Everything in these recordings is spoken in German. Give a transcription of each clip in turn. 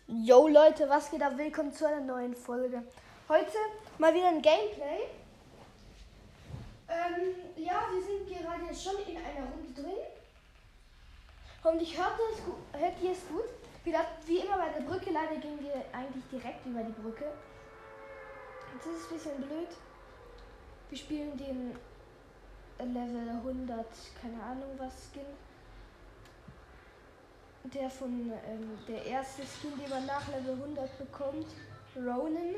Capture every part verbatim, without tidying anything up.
Yo Leute, was geht ab? Willkommen zu einer neuen Folge. Heute mal wieder ein Gameplay. Ähm, ja, wir sind gerade jetzt schon in einer Runde drin. Hoffentlich hört, es gut, hört ihr es gut. Wie, wie immer bei der Brücke, leider gehen wir eigentlich direkt über die Brücke. Jetzt ist es ein bisschen blöd. Wir spielen den Level hundert, keine Ahnung was Skin. Der von, ähm, der erste Skin, den man nach Level hundert bekommt. Ronin.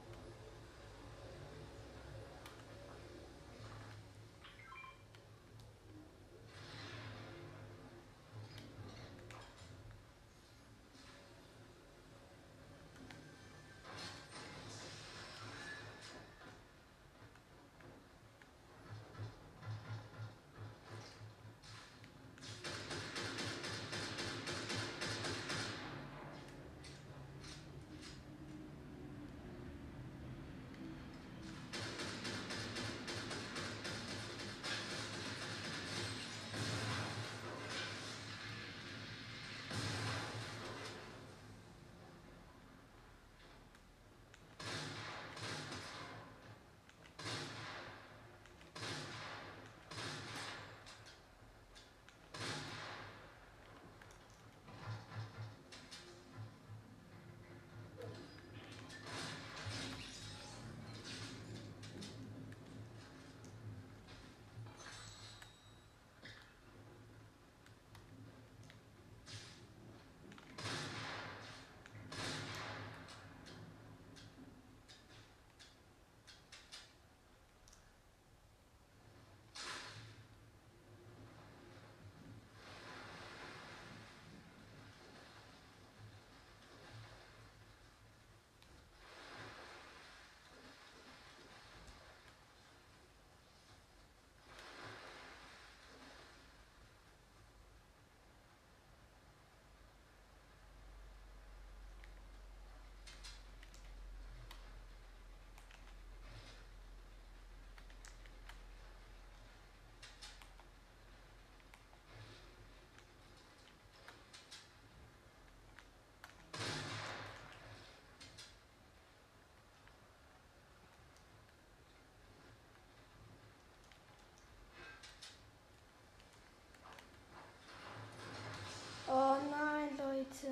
Oh nein, Leute.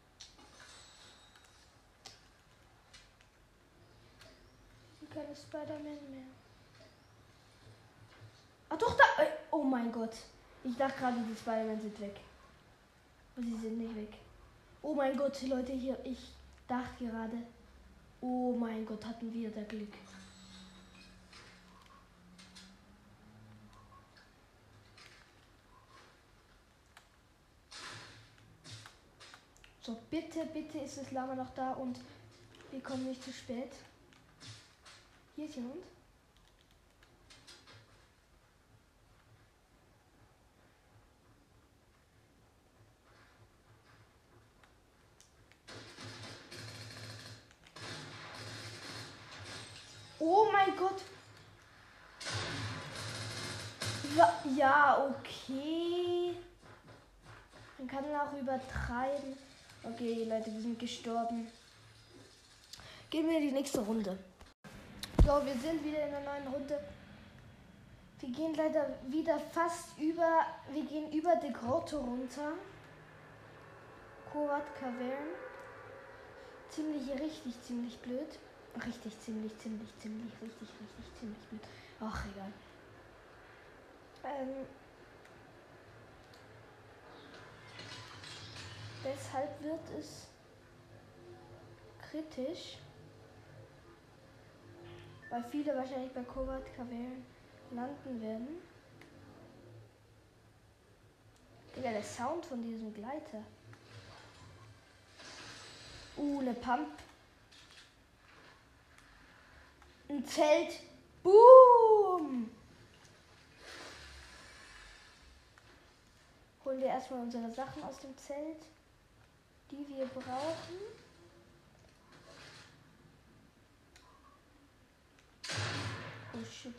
Ich bin keine Spider-Man mehr. Ah doch, da. Oh mein Gott. Ich dachte gerade, die Spider-Man sind weg. Aber sie sind nicht weg. Oh mein Gott, Leute, hier. Ich dachte gerade. Oh mein Gott, hatten wir da Glück. So, bitte, bitte ist das Lama noch da und wir kommen nicht zu spät. Hier ist jemand. Oh mein Gott. Ja, ja, okay. Man kann auch übertreiben. Okay, Leute, wir sind gestorben. Gehen wir in die nächste Runde. So, wir sind wieder in einer neuen Runde. Wir gehen leider wieder fast über. Wir gehen über die Grotte runter. Kovat Kavern. Ziemlich, richtig, ziemlich blöd. Richtig, ziemlich, ziemlich, ziemlich, richtig, richtig, ziemlich blöd. Ach, egal. Ähm. Deshalb wird es kritisch. Weil viele wahrscheinlich bei Kovat Kavern landen werden. Digga, der Sound von diesem Gleiter. Uh, eine Pump. Ein Zelt. Boom! Holen wir erstmal unsere Sachen aus dem Zelt, die wir brauchen. Oh shit.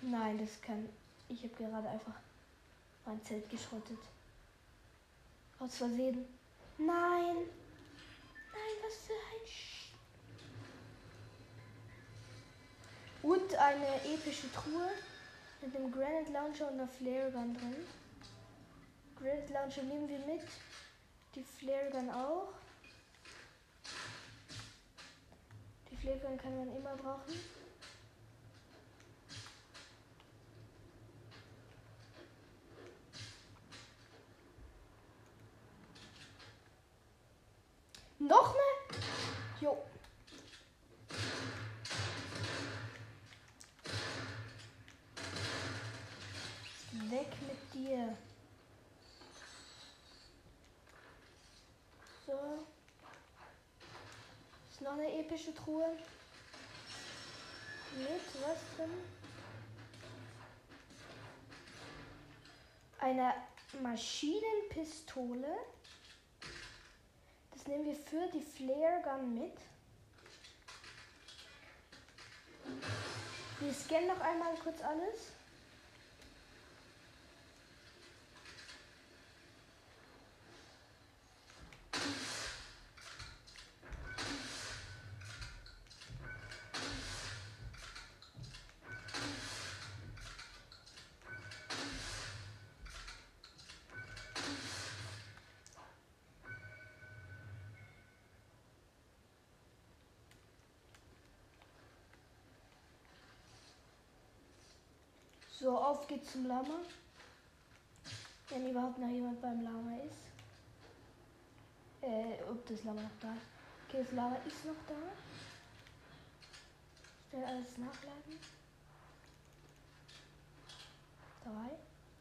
Nein, das kann. Ich habe gerade einfach mein Zelt geschrottet. Aus Versehen. Nein. Nein, was für ein Sch... Und eine epische Truhe mit dem Granite Launcher und einer Flare Gun drin. Granite Launcher nehmen wir mit. Die Flare Gun auch. Die Flare Gun kann man immer brauchen. Noch ne? Jo. Weg mit dir. So. Ist noch eine epische Truhe. Mit was drin? Eine Maschinenpistole. Das nehmen wir für die Flare Gun mit. Wir scannen noch einmal kurz alles. So, auf geht's zum Lama. Wenn überhaupt noch jemand beim Lama ist. Äh, ob das Lama noch da ist. Okay, das Lama ist noch da. Schnell alles nachladen. Drei.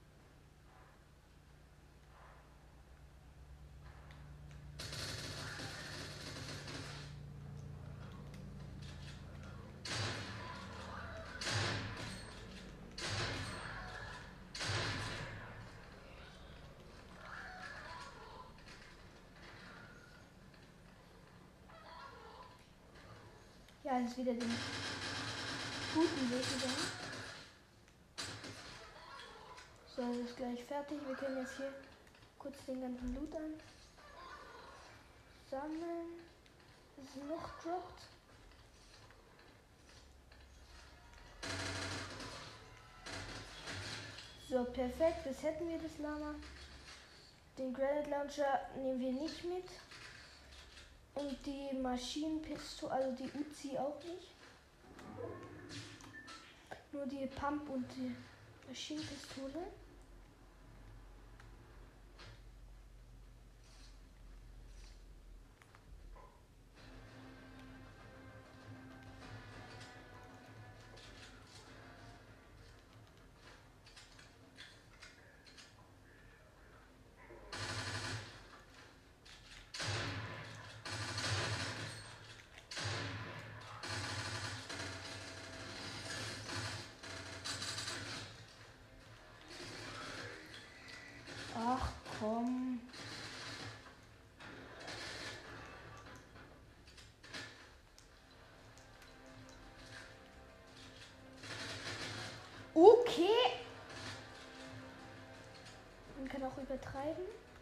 Ja, es ist wieder den guten Weg gegangen. So, es ist gleich fertig. Wir können jetzt hier kurz den ganzen Loot an sammeln. Das ist noch droppt. So, perfekt. Das hätten wir, das Lama. Den Granite Launcher nehmen wir nicht mit. Und die Maschinenpistole, also die Uzi auch nicht. Nur die Pump und die Maschinenpistole. Ach komm. Okay. Man kann auch übertreiben.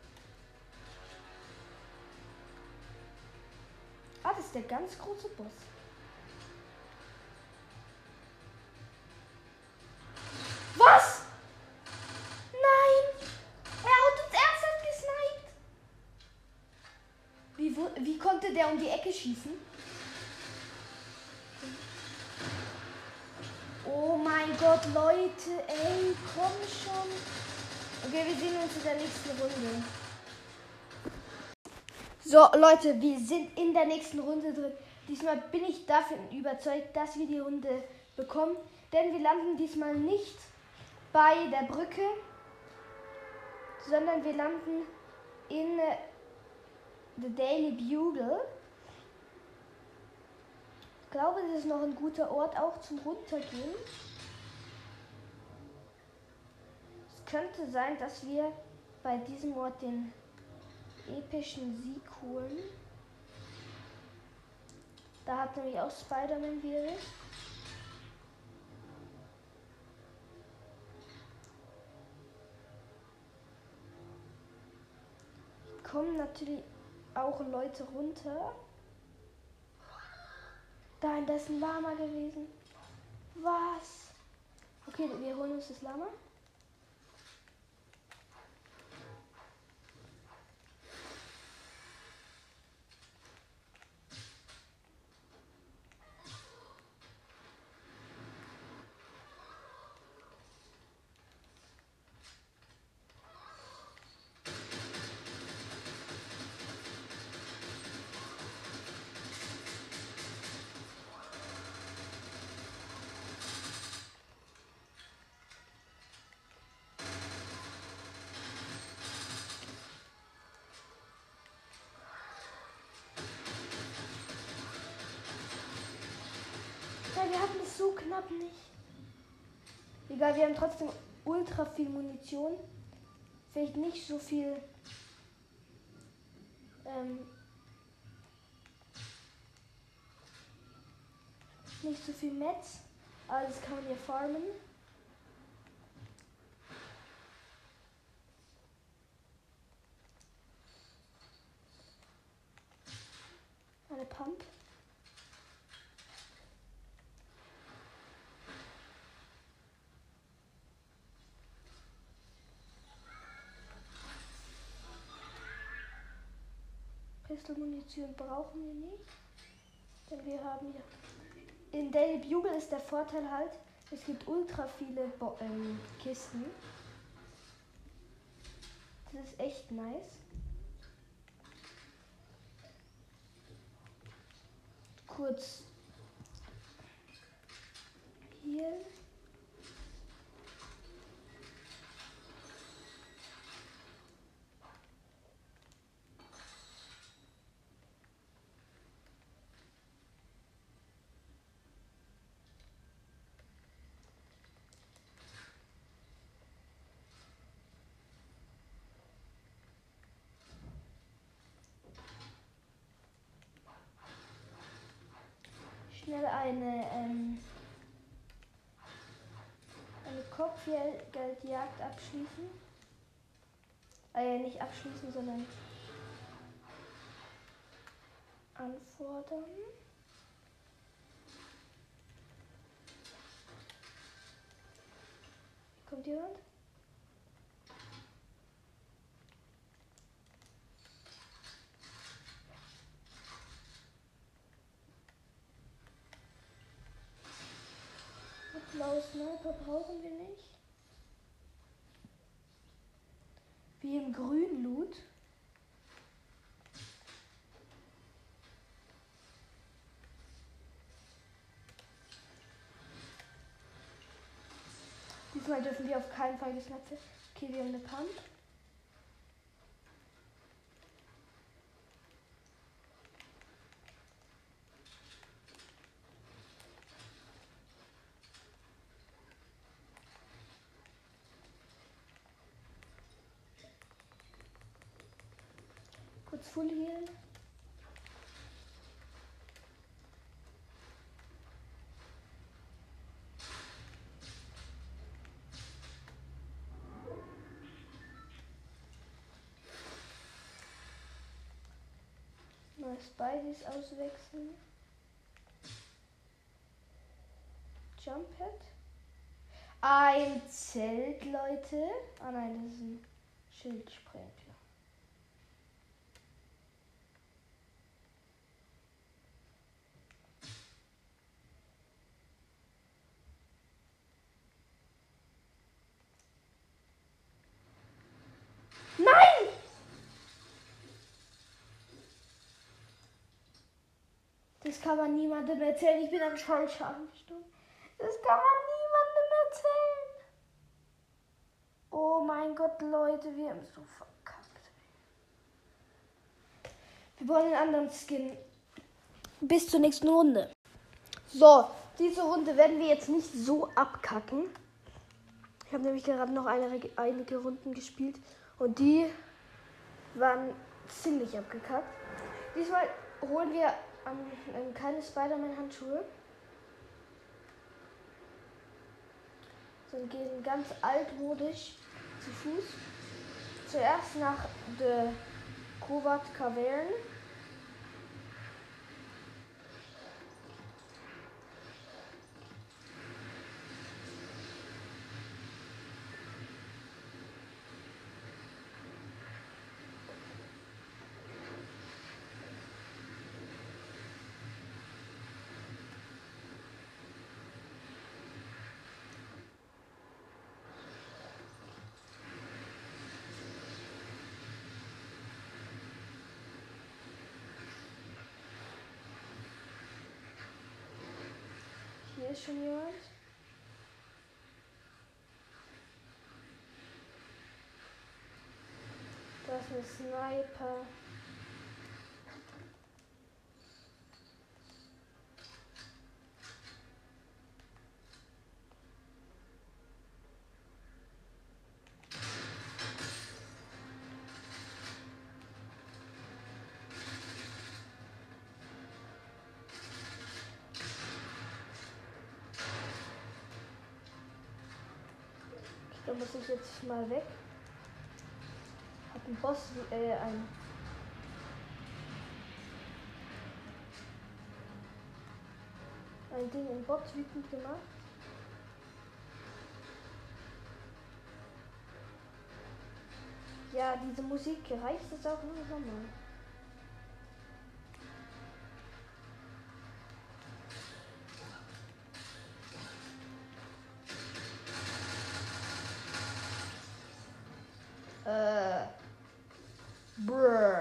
Ah, das ist der ganz große Boss. Was? Nein! Er hat uns ernsthaft gesniped. Wie, wo- wie konnte der um die Ecke schießen? Oh mein Gott, Leute, ey, komm schon. Okay, wir sehen uns in der nächsten Runde. So, Leute, wir sind in der nächsten Runde drin. Diesmal bin ich davon überzeugt, dass wir die Runde bekommen. Denn wir landen diesmal nicht bei der Brücke, sondern wir landen in äh, The Daily Bugle. Ich glaube, das ist noch ein guter Ort auch zum Runtergehen. Es könnte sein, dass wir bei diesem Ort den epischen Sieg holen. Da hat nämlich auch Spider-Man wieder. kommen natürlich auch Leute runter. Da, das ist ein Lama gewesen. Was? Okay, wir holen uns das Lama. Ja, wir hatten es so knapp nicht. Egal, wir haben trotzdem ultra viel Munition. Vielleicht nicht so viel. Ähm, nicht so viel Metz. Aber das kann man hier farmen. Eine Pump. Pistolmunition brauchen wir nicht. Denn wir haben hier. In Daily Bugle ist der Vorteil halt, es gibt ultra viele Bo ähm, Kisten. Das ist echt nice. Kurz hier. Schnell eine, ähm, eine Kopfgeldjagd abschließen. Äh, nicht abschließen, sondern anfordern. Kommt jemand? Blaue Sniper brauchen wir nicht. Wie im grünen Loot. Diesmal dürfen wir auf keinen Fall gesnappt werden. Okay, wir haben eine Pump. Kurz Full Heal. Neue Spideys auswechseln. Jump Pad. Ein Zelt, Leute. Ah nein, das ist ein Schildsprenkler. Nein! Das kann man niemandem erzählen. Ich bin am Schallschaden gestorben. Das kann man niemandem erzählen. Oh mein Gott, Leute, wir haben so verkackt. Wir wollen einen anderen Skin. Bis zur nächsten Runde. So, diese Runde werden wir jetzt nicht so abkacken. Ich habe nämlich gerade noch eine, einige Runden gespielt und die waren ziemlich abgekackt. Diesmal holen wir ähm, ähm, keine Spider-Man-Handschuhe, sondern gehen ganz altmodisch zu Fuß. Zuerst nach der Kovat Kavern. Hier ist schon jemand. Da ist ein Sniper. Da muss ich jetzt mal weg. Hab einen Boss, äh, ein. Ein Ding im Bot wütend gemacht. Ja, diese Musik reicht es auch nur nochmal. Äh. Brr.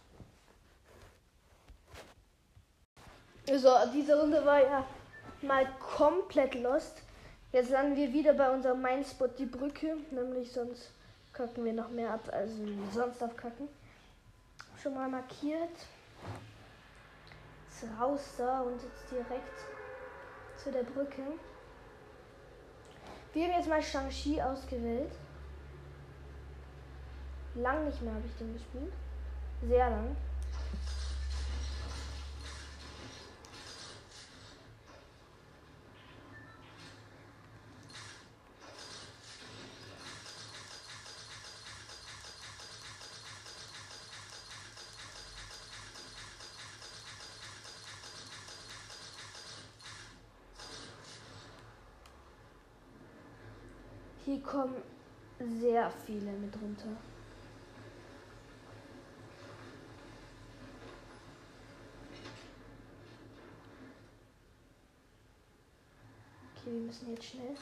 So, diese Runde war ja mal komplett lost. Jetzt landen wir wieder bei unserem Mindspot, die Brücke. Nämlich sonst kacken wir noch mehr ab, also sonst abkacken. Schon mal markiert. Ist raus da und jetzt direkt zu der Brücke. Wir haben jetzt mal Shang-Chi ausgewählt. Lang nicht mehr habe ich den gespielt. Sehr lang. Hier kommen sehr viele mit runter. Okay, wir müssen jetzt schnell.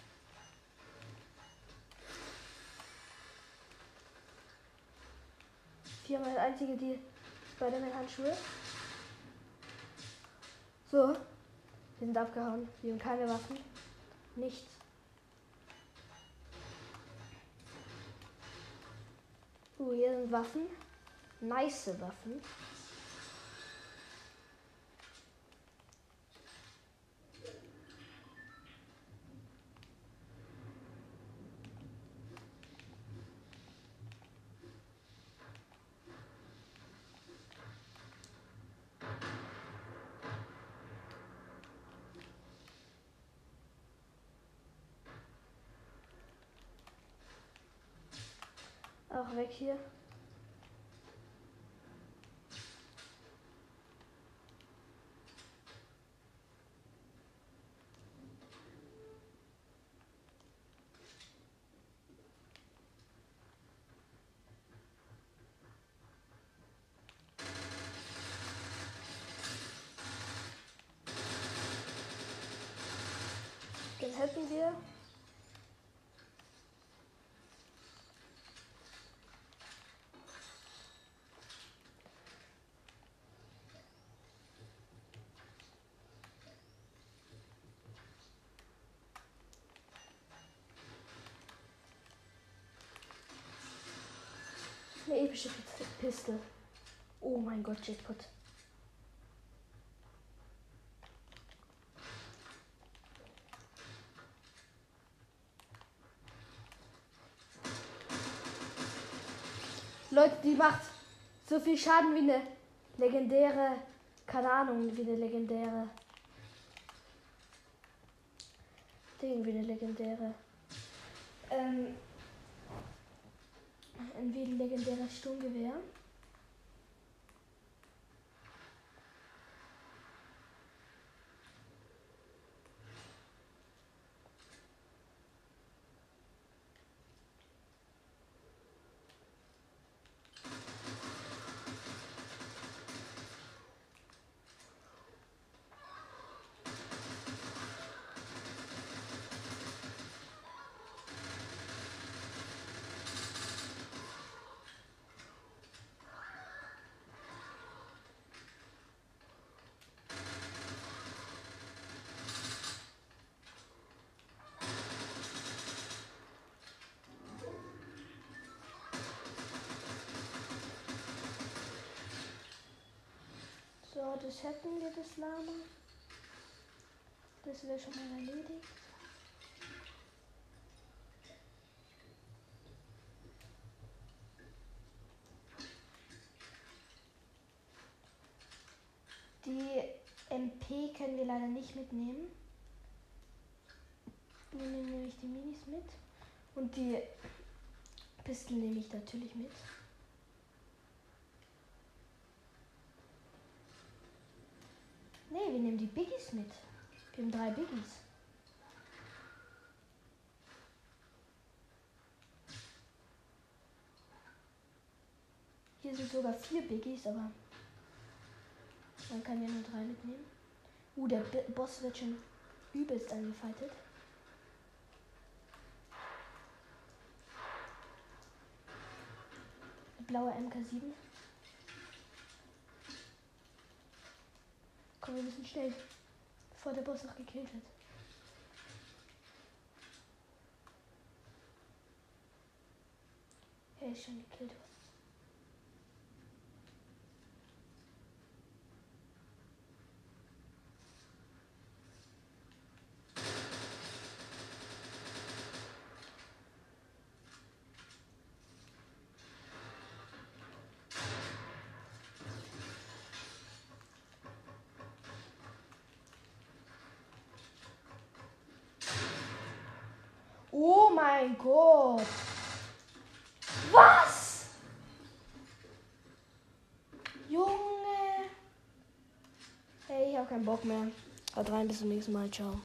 Viermal einzige die Spider-Man-Handschuhe. So, wir sind abgehauen. Wir haben keine Waffen. Nichts. Uh, hier sind Waffen. Nice Waffen. Auch weg hier. Den hätten wir. Eine epische Piste. Oh mein Gott, Jackpot. Leute, die macht so viel Schaden wie eine legendäre, keine Ahnung, wie eine legendäre Ding, wie eine legendäre, ähm, wie ein legendäres Sturmgewehr. das hätten wir, das Lama. Das wäre schon mal erledigt. Die M P können wir leider nicht mitnehmen. Wir nehmen nämlich die Minis mit. Und die Pistole nehme ich natürlich mit. Ne, wir nehmen die Biggies mit. Wir haben drei Biggies. Hier sind sogar vier Biggies, aber man kann ja nur drei mitnehmen. Uh, der B- Boss wird schon übelst angefightet. Blaue M K sieben. Komm, wir müssen schnell, bevor der Boss noch gekillt hat. Er ist schon gekillt worden. Oh mein Gott! Was? Junge! Hey, ich hab keinen Bock mehr. Haut rein, bis zum nächsten Mal. Ciao.